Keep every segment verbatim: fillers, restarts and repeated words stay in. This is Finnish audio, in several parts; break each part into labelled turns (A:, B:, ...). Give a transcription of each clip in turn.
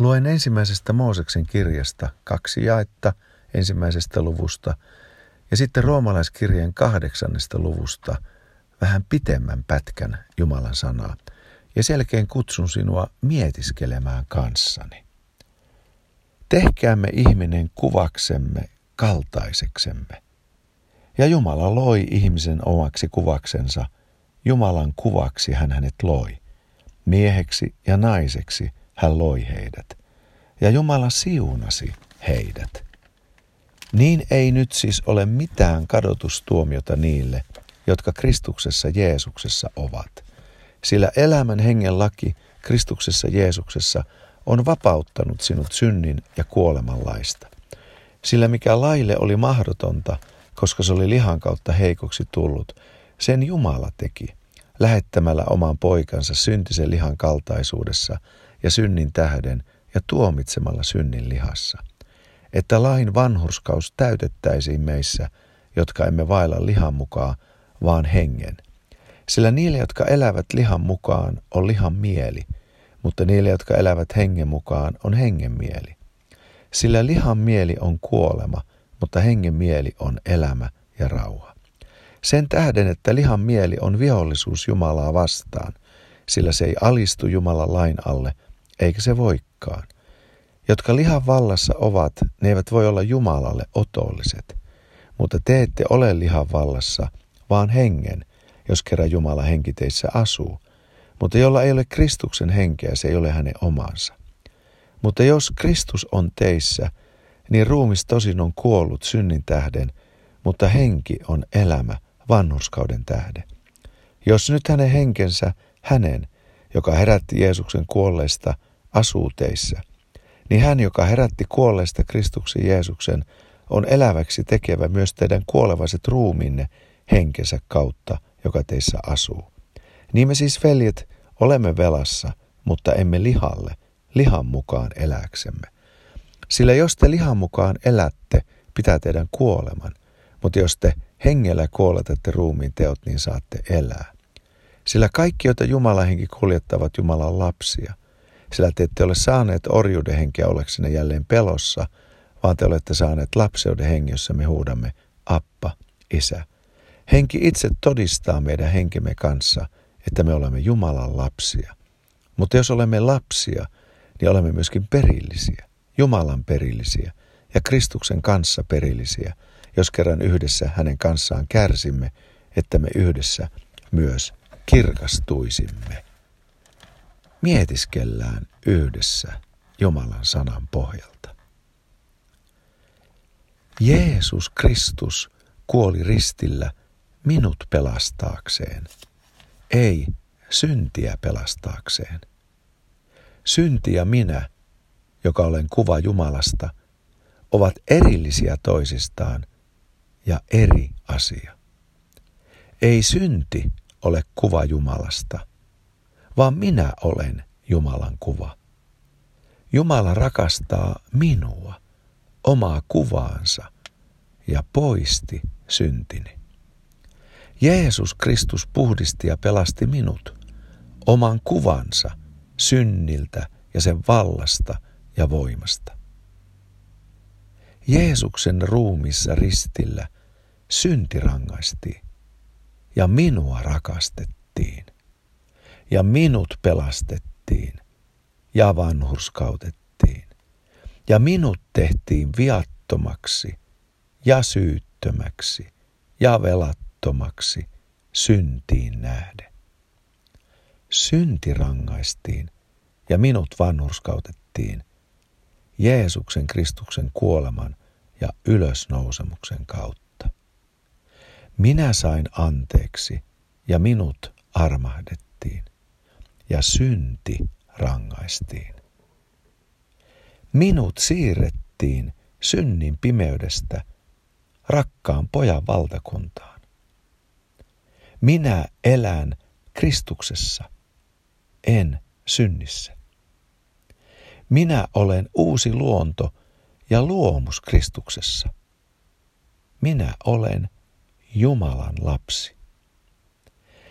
A: Luen ensimmäisestä Mooseksen kirjasta kaksi jaetta ensimmäisestä luvusta ja sitten roomalaiskirjeen kahdeksannesta luvusta vähän pitemmän pätkän Jumalan sanaa. Ja sen jälkeen kutsun sinua mietiskelemään kanssani. Tehkäämme ihminen kuvaksemme kaltaiseksemme. Ja Jumala loi ihmisen omaksi kuvaksensa. Jumalan kuvaksi hän hänet loi. Mieheksi ja naiseksi hän loi heidät. Ja Jumala siunasi heidät. Niin ei nyt siis ole mitään kadotustuomiota niille, jotka Kristuksessa Jeesuksessa ovat. Sillä elämän hengen laki Kristuksessa Jeesuksessa on vapauttanut sinut synnin ja kuoleman laista. Sillä mikä laille oli mahdotonta, koska se oli lihan kautta heikoksi tullut, sen Jumala teki, lähettämällä oman poikansa syntisen lihan kaltaisuudessa ja synnin tähden ja tuomitsemalla synnin lihassa. Että lain vanhurskaus täytettäisiin meissä, jotka emme vailla lihan mukaan, vaan hengen. Sillä niille, jotka elävät lihan mukaan, on lihan mieli, mutta niille, jotka elävät hengen mukaan, on hengen mieli. Sillä lihan mieli on kuolema, mutta hengen mieli on elämä ja rauha. Sen tähden, että lihan mieli on vihollisuus Jumalaa vastaan, sillä se ei alistu Jumalan lain alle, eikä se voikaan. Jotka lihan vallassa ovat, ne eivät voi olla Jumalalle otolliset, mutta te ette ole lihan vallassa, vaan hengen, jos kerran Jumala henki teissä asuu. Mutta jolla ei ole Kristuksen henkeä, se ei ole hänen omansa. Mutta jos Kristus on teissä, niin ruumis tosin on kuollut synnin tähden, mutta henki on elämä vanhurskauden tähden. Jos nyt hänen henkensä, hänen, joka herätti Jeesuksen kuolleista, asuu teissä, niin hän, joka herätti kuolleista Kristuksen Jeesuksen, on eläväksi tekevä myös teidän kuolevaiset ruumiinne henkensä kautta, joka teissä asuu. Niin me siis, veljet, olemme velassa, mutta emme lihalle, lihan mukaan eläksemme. Sillä jos te lihan mukaan elätte, pitää teidän kuoleman, mutta jos te hengellä kuoletatte ruumiin teot, niin saatte elää. Sillä kaikki, joita Jumalan henki kuljettavat, Jumalan lapsia. Sillä te ette ole saaneet orjuuden henkeä oleksenne jälleen pelossa, vaan te olette saaneet lapseuden hengen, jossa me huudamme, Appa, Isä. Henki itse todistaa meidän henkemme kanssa, että me olemme Jumalan lapsia. Mutta jos olemme lapsia, niin olemme myöskin perillisiä, Jumalan perillisiä ja Kristuksen kanssa perillisiä, jos kerran yhdessä hänen kanssaan kärsimme, että me yhdessä myös kirkastuisimme. Mietiskellään yhdessä Jumalan sanan pohjalta. Jeesus Kristus kuoli ristillä minut pelastaakseen, ei syntiä pelastaakseen. Synti ja minä, joka olen kuva Jumalasta, ovat erillisiä toisistaan ja eri asia. Ei synti ole kuva Jumalasta, vaan minä olen Jumalan kuva. Jumala rakastaa minua, omaa kuvaansa, ja poisti syntini. Jeesus Kristus puhdisti ja pelasti minut, oman kuvansa, synniltä ja sen vallasta ja voimasta. Jeesuksen ruumissa ristillä synti rangaistiin ja minua rakastettiin ja minut pelastettiin ja vanhurskautettiin ja minut tehtiin viattomaksi ja syyttömäksi ja velattomaksi syntiin nähden. Synti rangaistiin ja minut vanhurskautettiin Jeesuksen Kristuksen kuoleman ja ylösnousemuksen kautta. Minä sain anteeksi ja minut armahdettiin ja synti rangaistiin. Minut siirrettiin synnin pimeydestä rakkaan pojan valtakuntaan. Minä elän Kristuksessa, en synnissä. Minä olen uusi luonto ja luomus Kristuksessa. Minä olen Jumalan lapsi.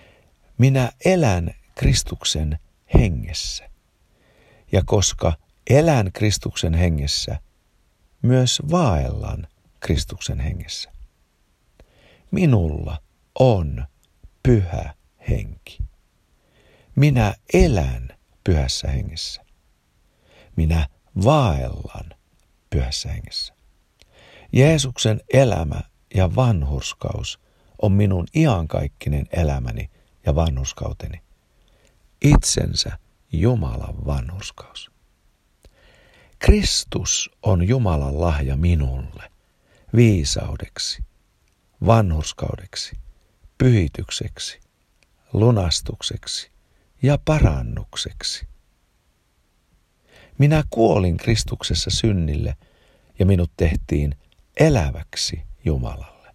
A: Minä elän Kristuksen hengessä. Ja koska Elän Kristuksen hengessä, myös vaellan Kristuksen hengessä. Minulla on pyhä henki. Minä elän pyhässä hengessä. Minä vaellan pyhässä hengessä. Jeesuksen elämä ja vanhurskaus on minun iankaikkinen elämäni ja vanhurskauteni. Itsensä Jumalan vanhurskaus. Kristus on Jumalan lahja minulle viisaudeksi, vanhurskaudeksi, pyhitykseksi, lunastukseksi ja parannukseksi. Minä kuolin Kristuksessa synnille ja minut tehtiin eläväksi Jumalalle.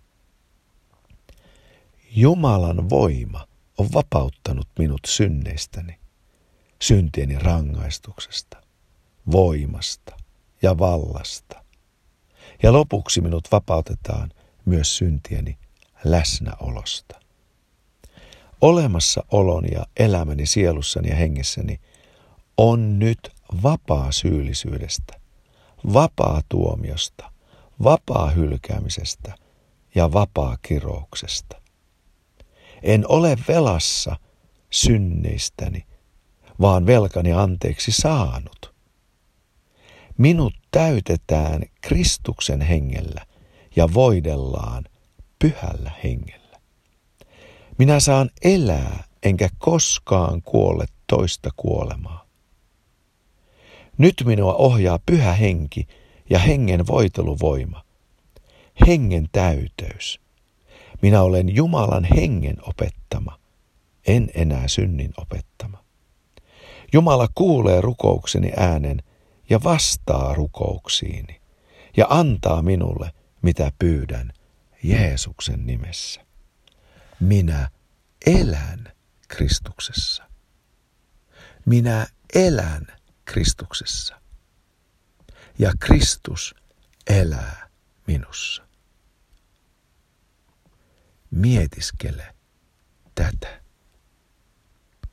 A: Jumalan voima on vapauttanut minut synneistäni, syntieni rangaistuksesta, voimasta ja vallasta. Ja lopuksi minut vapautetaan myös syntieni läsnäolosta. Olemassaoloni ja elämäni sielussani ja hengessäni on nyt vapaa syyllisyydestä, vapaa tuomiosta, vapaa hylkäämisestä ja vapaa kirouksesta. En ole velassa synneistäni, vaan velkani anteeksi saanut. Minut täytetään Kristuksen hengellä ja voidellaan pyhällä hengellä. Minä saan elää enkä koskaan kuole toista kuolemaa. Nyt minua ohjaa pyhä henki ja hengen voiteluvoima, hengen täyteys. Minä olen Jumalan hengen opettama, en enää synnin opettama. Jumala kuulee rukoukseni äänen ja vastaa rukouksiini ja antaa minulle, mitä pyydän Jeesuksen nimessä. Minä elän Kristuksessa. Minä elän Kristuksessa. Ja Kristus elää minussa. Mietiskele tätä.